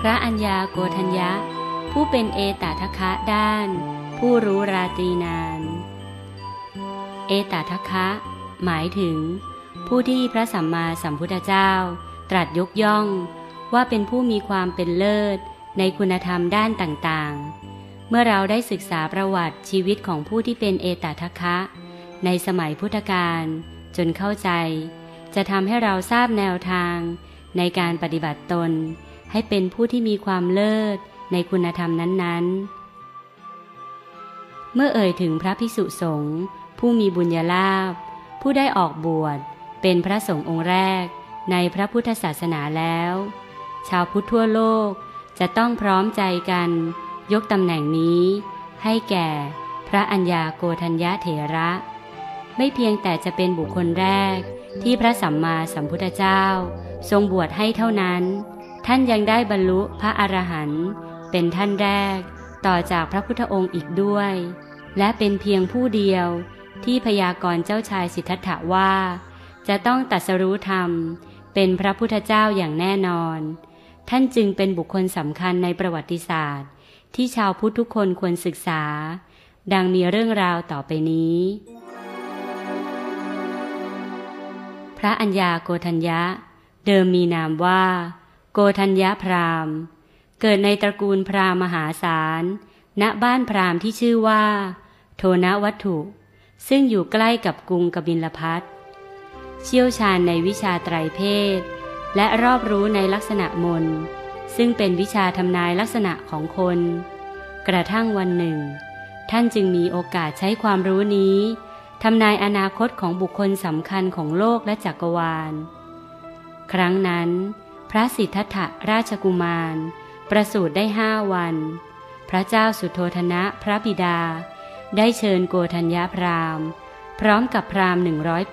พระอัญญาโกฏัญญะผู้เป็นเอตทัคคะด้านผู้รู้ราตรีนานเอตทัคคะหมายถึงผู้ที่พระสัมมาสัมพุทธเจ้าตรัสยกย่องว่าเป็นผู้มีความเป็นเลิศในคุณธรรมด้านต่างๆเมื่อเราได้ศึกษาประวัติชีวิตของผู้ที่เป็นเอตทัคคะในสมัยพุทธกาลจนเข้าใจจะทำให้เราทราบแนวทางในการปฏิบัติตนให้เป็นผู้ที่มีความเลิศในคุณธรรมนั้นๆเมื่อเอ่ยถึงพระภิกษุสงฆ์ผู้มีบุญญาลาภผู้ได้ออกบวชเป็นพระสงฆ์องค์แรกในพระพุทธศาสนาแล้วชาวพุทธทั่วโลกจะต้องพร้อมใจกันยกตำแหน่งนี้ให้แก่พระอัญญาโกฏัญญเถระไม่เพียงแต่จะเป็นบุคคลแรกที่พระสัมมาสัมพุทธเจ้าทรงบวชให้เท่านั้นท่านยังได้บรรลุพระอรหันต์เป็นท่านแรกต่อจากพระพุทธองค์อีกด้วยและเป็นเพียงผู้เดียวที่พยากรณ์เจ้าชายสิทธัตถะว่าจะต้องตรัสรู้ธรรมเป็นพระพุทธเจ้าอย่างแน่นอนท่านจึงเป็นบุคคลสำคัญในประวัติศาสตร์ที่ชาวพุทธทุกคนควรศึกษาดังมีเรื่องราวต่อไปนี้พระอัญญาโกฏัญญะเดิมมีนามว่าโกฏัญญพราหมณ์เกิดในตระกูลพราหมณ์มหาศาลณบ้านพราหมณ์ที่ชื่อว่าโทนวัตถุซึ่งอยู่ใกล้กับกรุงกบิลพัสเชี่ยวชาญในวิชาไตรเพศและรอบรู้ในลักษณะมนต์ซึ่งเป็นวิชาทำนายลักษณะของคนกระทั่งวันหนึ่งท่านจึงมีโอกาสใช้ความรู้นี้ทำนายอนาคตของบุคคลสำคัญของโลกและจักรวาลครั้งนั้นพระสิทธัตถราชกุมารประสูติได้5 วันพระเจ้าสุโธทนะพระบิดาได้เชิญโกฏัญญพราหมณ์พร้อมกับพราหมณ์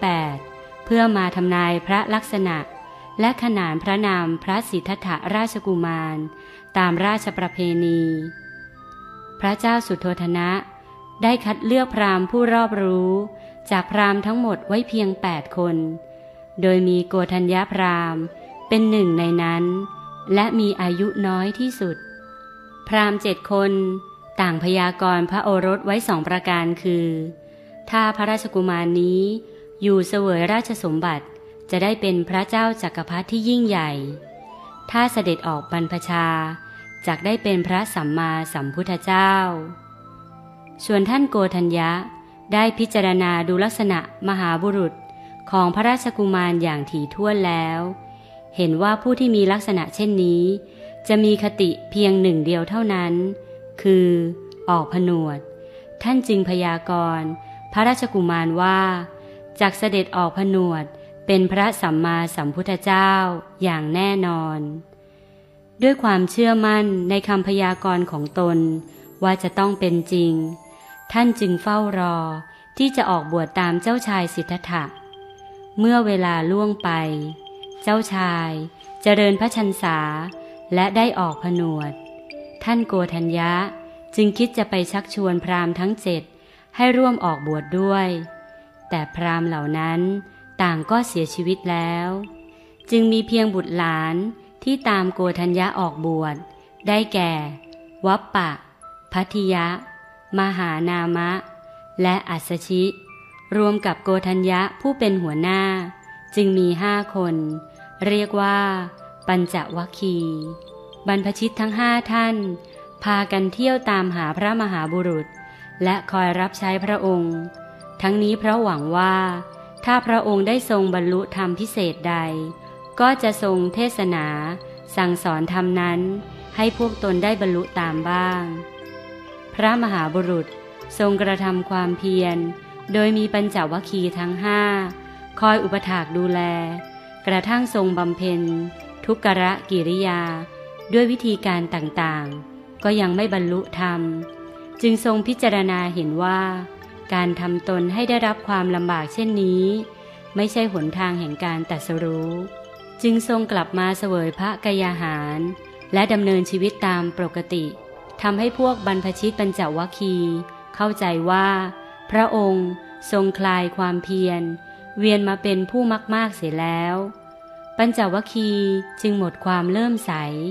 108เพื่อมาทำนายพระลักษณะและขนานพระนามพระสิทธัตถราชกุมารตามราชประเพณีพระเจ้าสุโธทนะได้คัดเลือกพราหมณ์ผู้รอบรู้จากพราหมณ์ทั้งหมดไว้เพียง8 คนโดยมีโกฏัญญพราหมณ์เป็นหนึ่งในนั้นและมีอายุน้อยที่สุดพราหมณ์7 คนต่างพยากรณ์พระโอรสไว้2 ประการคือถ้าพระราชกุมารนี้อยู่เสวยราชสมบัติจะได้เป็นพระเจ้าจักรพรรดิที่ยิ่งใหญ่ถ้าเสด็จออกบรรพชาจักได้เป็นพระสัมมาสัมพุทธเจ้าส่วนท่านโกฏัญญะได้พิจารณาดูลักษณะมหาบุรุษของพระราชกุมารอย่างถี่ถ้วนแล้วเห็นว่าผู้ที่มีลักษณะเช่นนี้จะมีคติเพียงหนึ่งเดียวเท่านั้นคือออกผนวดท่านจึงพยากรณ์พระราชกุมารว่าจักเสด็จออกผนวดเป็นพระสัมมาสัมพุทธเจ้าอย่างแน่นอนด้วยความเชื่อมั่นในคำพยากรณ์ของตนว่าจะต้องเป็นจริงท่านจึงเฝ้ารอที่จะออกบวชตามเจ้าชายสิทธัตถะเมื่อเวลาล่วงไปเจ้าชายเจริญพระชันษาและได้ออกผนวดท่านโกฏัญญะจึงคิดจะไปชักชวนพราหมณ์ทั้ง7ให้ร่วมออกบวชด้วยแต่พราหมณ์เหล่านั้นต่างก็เสียชีวิตแล้วจึงมีเพียงบุตรหลานที่ตามโกฏัญญะออกบวชได้แก่วัปปะพัทธิยะมหานามะและอัสสชิรวมกับโกฏัญญะผู้เป็นหัวหน้าจึงมี5 คนเรียกว่าปัญจวัคคีย์บรรพชิตทั้ง5 ท่านพากันเที่ยวตามหาพระมหาบุรุษและคอยรับใช้พระองค์ทั้งนี้เพราะหวังว่าถ้าพระองค์ได้ทรงบรรลุธรรมพิเศษใดก็จะทรงเทศนาสั่งสอนธรรมนั้นให้พวกตนได้บรรลุตามบ้างพระมหาบุรุษทรงกระทำความเพียรโดยมีปัญจวัคคีย์ทั้ง5คอยอุปถากดูแลกระทั่งทรงบำเพ็ญทุกขกิริยาด้วยวิธีการต่างๆก็ยังไม่บรรลุธรรมจึงทรงพิจารณาเห็นว่าการทำตนให้ได้รับความลำบากเช่นนี้ไม่ใช่หนทางแห่งการตรัสรู้จึงทรงกลับมาเสวยพระกยาหารและดำเนินชีวิตตามปกติทำให้พวกบรรพชิตปัญจวัคคีย์เข้าใจว่าพระองค์ทรงคลายความเพียรเวียนมาเป็นผู้มากๆเสียแล้วปัญจวัคคีย์จึงหมดความเลื่อมใส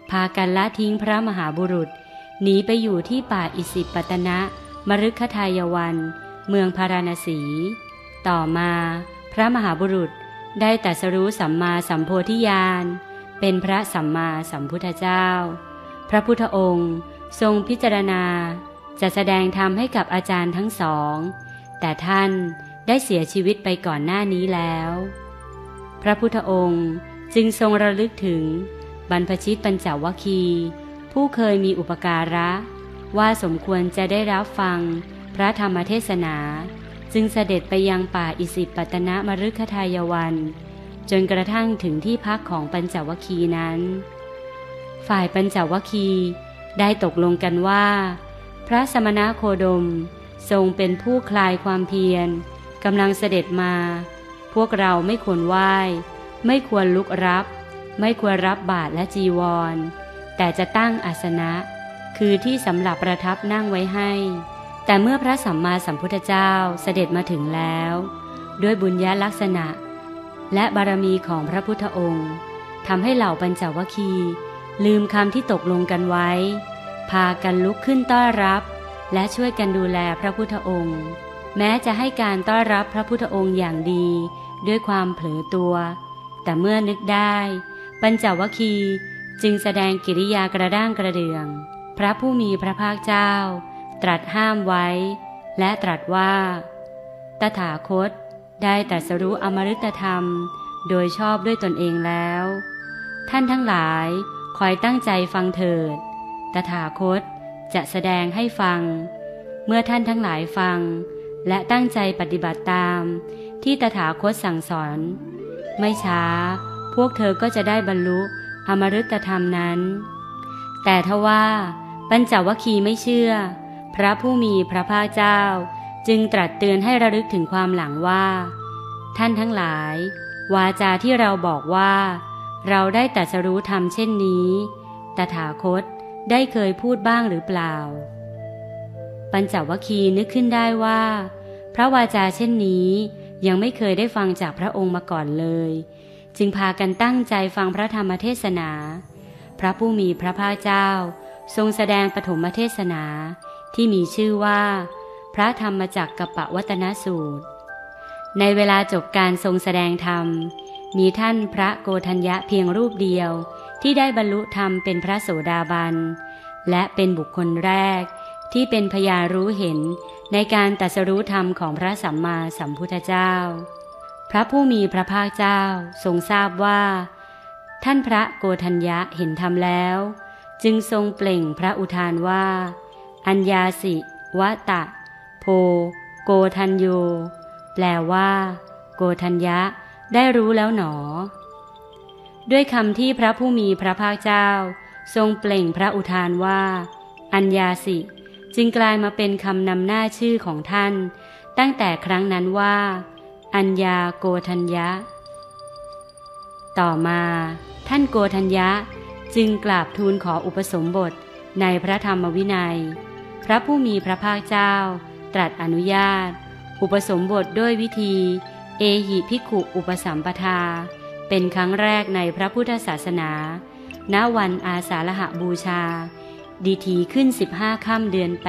พากันละทิ้งพระมหาบุรุษหนีไปอยู่ที่ป่าอิสิปตนะมฤคทายวันเมืองพาราณสี ต่อมาพระมหาบุรุษได้ตรัสรู้สัมมาสัมโพธิญาณเป็นพระสัมมาสัมพุทธเจ้าพระพุทธองค์ทรงพิจารณาจะแสดงธรรมให้กับอาจารย์ทั้งสองแต่ท่านได้เสียชีวิตไปก่อนหน้านี้แล้วพระพุทธองค์จึงทรงระลึกถึงบรรพชิตปัญจวัคคีย์ผู้เคยมีอุปการะว่าสมควรจะได้รับฟังพระธรรมเทศนาจึงเสด็จไปยังป่าอิสิปตนมฤคทายวันจนกระทั่งถึงที่พักของปัญจวัคคีย์นั้นฝ่ายปัญจวัคคีย์ได้ตกลงกันว่าพระสมณโคดมทรงเป็นผู้คลายความเพียรกำลังเสด็จมาพวกเราไม่ควรไหว้ไม่ควรลุกรับไม่ควรรับบาตรและจีวรแต่จะตั้งอาสนะคือที่สำหรับประทับนั่งไว้ให้แต่เมื่อพระสัมมาสัมพุทธเจ้าเสด็จมาถึงแล้วด้วยบุญญลักษณะและบารมีของพระพุทธองค์ทำให้เหล่าปัญจวัคคีย์ลืมคำที่ตกลงกันไว้พากันลุกขึ้นต้อนรับและช่วยกันดูแลพระพุทธองค์แม้จะให้การต้อนรับพระพุทธองค์อย่างดีด้วยความเผลอตัวแต่เมื่อนึกได้ปัญจวัคคีย์จึงแสดงกิริยากระด้างกระเดื่องพระผู้มีพระภาคเจ้าตรัสห้ามไว้และตรัสว่าตถาคตได้ตรัสรู้อมฤตธรรมโดยชอบด้วยตนเองแล้วท่านทั้งหลายคอยตั้งใจฟังเถิดตถาคตจะแสดงให้ฟังเมื่อท่านทั้งหลายฟังและตั้งใจปฏิบัติตามที่ตถาคตสั่งสอนไม่ช้าพวกเธอก็จะได้บรรลุอมฤตธรรมนั้นแต่ทว่าปัญจวัคคีย์ไม่เชื่อพระผู้มีพระภาคเจ้าจึงตรัสเตือนให้ระลึกถึงความหลังว่าท่านทั้งหลายวาจาที่เราบอกว่าเราได้ตรัสรู้ธรรมเช่นนี้ตถาคตได้เคยพูดบ้างหรือเปล่าปัญจวัคคีย์นึกขึ้นได้ว่าพระวาจาเช่นนี้ยังไม่เคยได้ฟังจากพระองค์มาก่อนเลยจึงพากันตั้งใจฟังพระธรรมเทศนาพระผู้มีพระภาคเจ้าทรงแสดงปฐมเทศนาที่มีชื่อว่าพระธรรมจักรกัปปวัตนสูตรในเวลาจบการทรงแสดงธรรมมีท่านพระโกฏัญญะเพียงรูปเดียวที่ได้บรรลุธรรมเป็นพระโสดาบันและเป็นบุคคลแรกที่เป็นพยานรู้เห็นในการตรัสรู้ธรรมของพระสัมมาสัมพุทธเจ้าพระผู้มีพระภาคเจ้าทรงทราบว่าท่านพระโกฏัญญะเห็นธรรมแล้วจึงทรงเปล่งพระอุทานว่าอัญญาสิวะตะโพโกฏัญโยแปลว่าโกฏัญญะได้รู้แล้วหนอด้วยคำที่พระผู้มีพระภาคเจ้าทรงเปล่งพระอุทานว่าอัญญาสิจึงกลายมาเป็นคำนำหน้าชื่อของท่านตั้งแต่ครั้งนั้นว่าอัญญาโกฏัญญะต่อมาท่านโกฏัญญะจึงกราบทูลขออุปสมบทในพระธรรมวินัยพระผู้มีพระภาคเจ้าตรัสอนุญาตอุปสมบทด้วยวิธีเอหิภิกขุอุปสัมปทาเป็นครั้งแรกในพระพุทธศาสนาณวันอาสาฬหบูชาดีถีขึ้น15ค่ำเดือน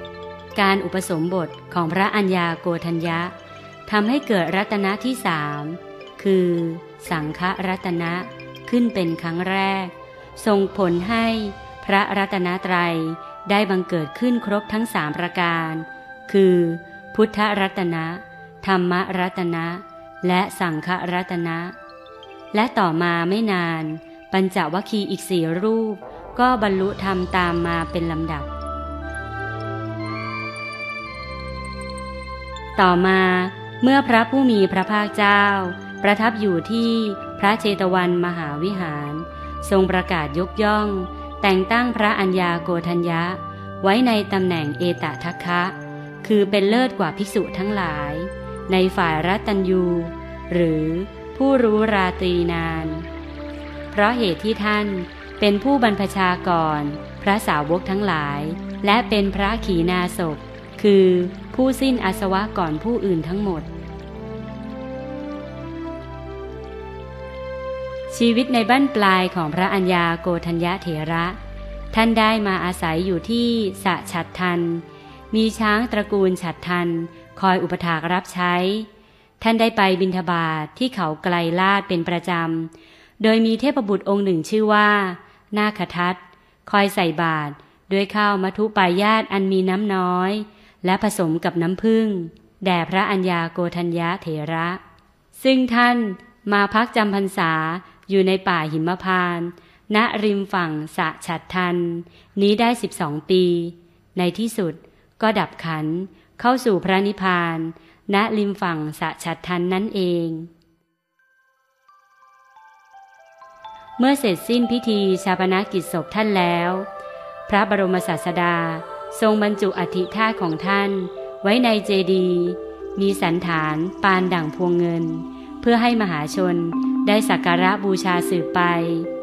8การอุปสมบทของพระอัญญาโกฏัญญะทำให้เกิดรัตนะที่3คือสังฆรัตนะขึ้นเป็นครั้งแรกส่งผลให้พระรัตนตรัยได้บังเกิดขึ้นครบทั้ง3ประการคือพุทธรัตนะธรรมรัตนะและสังฆรัตนะและต่อมาไม่นานปัญจวัคคีย์อีก4รูปก็บรรลุธรรมตามมาเป็นลำดับต่อมาเมื่อพระผู้มีพระภาคเจ้าประทับอยู่ที่พระเชตวันมหาวิหารทรงประกาศยกย่องแต่งตั้งพระอัญญาโกฏัญญะไว้ในตำแหน่งเอตทัคคะคือเป็นเลิศกว่าภิกษุทั้งหลายในฝ่ายรัตตัญญูหรือผู้รู้ราตรีนานเพราะเหตุที่ท่านเป็นผู้บรรพชาก่อนพระสาวกทั้งหลายและเป็นพระขีณาสพคือผู้สิ้นอาสวะก่อนผู้อื่นทั้งหมดชีวิตในบั้นปลายของพระอัญญาโกฏัญญเถระท่านได้มาอาศัยอยู่ที่สะฉัตรทันมีช้างตระกูลฉัตรทันคอยอุปถากรับใช้ท่านได้ไปบิณฑบาตที่เขาไกลลาดเป็นประจำโดยมีเทพบุตรองค์หนึ่งชื่อว่านาคทัตคอยใส่บาตรด้วยข้าวมัทุปายาตอันมีน้ำน้อยและผสมกับน้ำผึ้งแด่พระอัญญาโกฏัญญเถระซึ่งท่านมาพักจำพรรษาอยู่ในป่าหิมพานต์ณริมฝั่งสะฉัตรทันนี้ได้12 ปีในที่สุดก็ดับขันธ์เข้าสู่พระนิพพานณริมฝั่งสะฉัตรทันนั่นเองเมื่อเสร็จสิ้นพิธีชาปนกิจศพท่านแล้วพระบรมศาสดาทรงบรรจุอัฐิธาตุของท่านไว้ในเจดีย์มีสันฐานปานดั่งพวงเงินเพื่อให้มหาชนได้สักการะบูชาสืบไป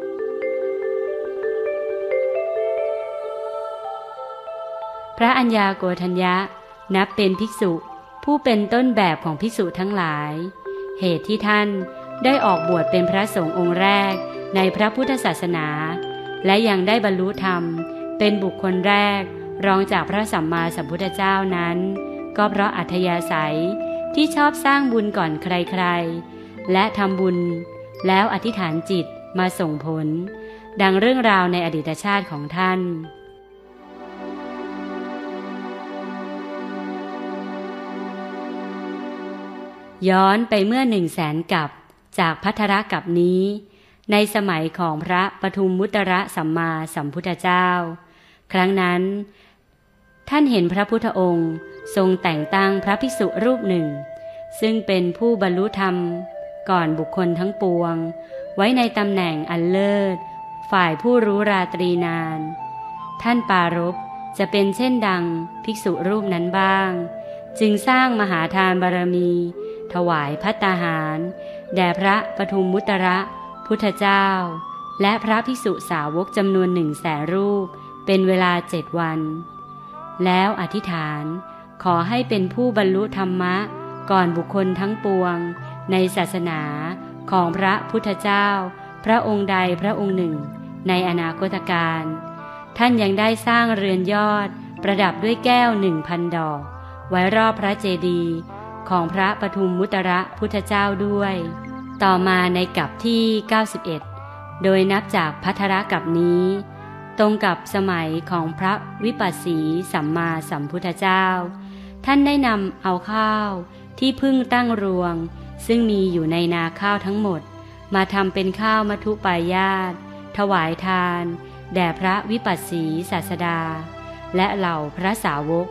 พระอัญญาโกฏัญญะนับเป็นภิกษุผู้เป็นต้นแบบของภิกษุทั้งหลายเหตุที่ท่านได้ออกบวชเป็นพระสงฆ์องค์แรกในพระพุทธศาสนาและยังได้บรรลุธรรมเป็นบุคคลแรกรองจากพระสัมมาสัมพุทธเจ้านั้นก็เพราะอัธยาศัยที่ชอบสร้างบุญก่อนใครๆและทำบุญแล้วอธิษฐานจิตมาส่งผลดังเรื่องราวในอดีตชาติของท่านย้อนไปเมื่อ100,000 กับจากภัทรกับนี้ในสมัยของพระปทุมมุตตรสัมมาสัมพุทธเจ้าครั้งนั้นท่านเห็นพระพุทธองค์ทรงแต่งตั้งพระภิกษุรูปหนึ่งซึ่งเป็นผู้บรรลุธรรมก่อนบุคคลทั้งปวงไว้ในตำแหน่งอันเลิศฝ่ายผู้รู้ราตรีนานท่านปารภจะเป็นเช่นดังภิกษุรูปนั้นบ้างจึงสร้างมหาทานบารมีถวายภัตตาหารแด่พระปทุมมุตตรพุทธเจ้าและพระภิกษุสาวกจำนวน100,000 รูปเป็นเวลา7 วันแล้วอธิษฐานขอให้เป็นผู้บรรลุธรรมะก่อนบุคคลทั้งปวงในศาสนาของพระพุทธเจ้าพระองค์ใดพระองค์หนึ่งในอนาคตการท่านยังได้สร้างเรือนยอดประดับด้วยแก้ว 1,000 ดอกไว้รอบพระเจดีย์ของพระปทุมมุตตรพุทธเจ้าด้วยต่อมาในกลับที่91โดยนับจากภัทรกับนี้ตรงกับสมัยของพระวิปัสสีสัมมาสัมพุทธเจ้าท่านได้นำเอาข้าวที่เพิ่งตั้งรวงซึ่งมีอยู่ในนาข้าวทั้งหมดมาทำเป็นข้าวมัทุปายาตถวายทานแด่พระวิปัสสีศาสดาและเหล่าพระสาวก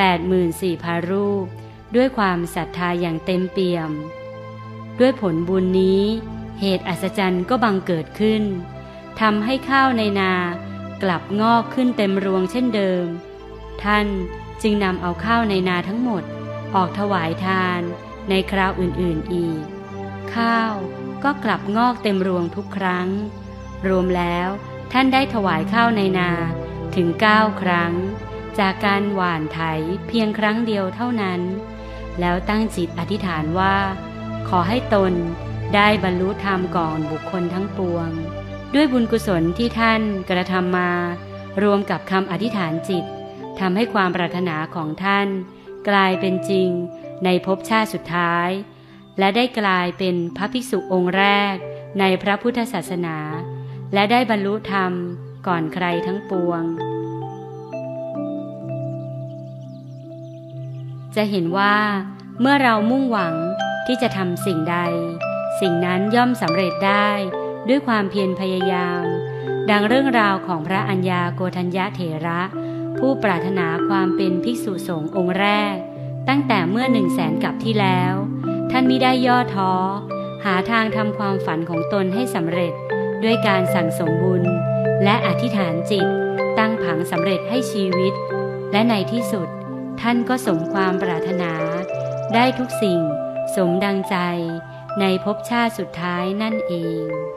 84,000 รูปด้วยความศรัทธาอย่างเต็มเปี่ยมด้วยผลบุญนี้เหตุอัศจรรย์ก็บังเกิดขึ้นทำให้ข้าวในนากลับงอกขึ้นเต็มรวงเช่นเดิมท่านจึงนำเอาข้าวในนาทั้งหมดออกถวายทานในคราวอื่นๆอีกข้าวก็กลับงอกเต็มรวงทุกครั้งรวมแล้วท่านได้ถวายข้าวในนาถึง9 ครั้งจากการหว่านไถเพียงครั้งเดียวเท่านั้นแล้วตั้งจิตอธิษฐานว่าขอให้ตนได้บรรลุธรรมก่อนบุคคลทั้งปวงด้วยบุญกุศลที่ท่านกระทำมารวมกับคำอธิษฐานจิตทำให้ความปรารถนาของท่านกลายเป็นจริงในภพชาติสุดท้ายและได้กลายเป็นพระภิกษุองค์แรกในพระพุทธศาสนาและได้บรรลุธรรมก่อนใครทั้งปวงจะเห็นว่าเมื่อเรามุ่งหวังที่จะทำสิ่งใดสิ่งนั้นย่อมสำเร็จได้ด้วยความเพียรพยายามดังเรื่องราวของพระอัญญาโกฏัญญเถระผู้ปรารถนาความเป็นภิกษุสงฆ์องค์แรกตั้งแต่เมื่อ100,000 กับที่แล้วท่านมิได้ย่อท้อหาทางทำความฝันของตนให้สำเร็จด้วยการสั่งสมบุญและอธิษฐานจิตตั้งผังสำเร็จให้ชีวิตและในที่สุดท่านก็สมความปรารถนาได้ทุกสิ่งสมดังใจในภพชาติสุดท้ายนั่นเอง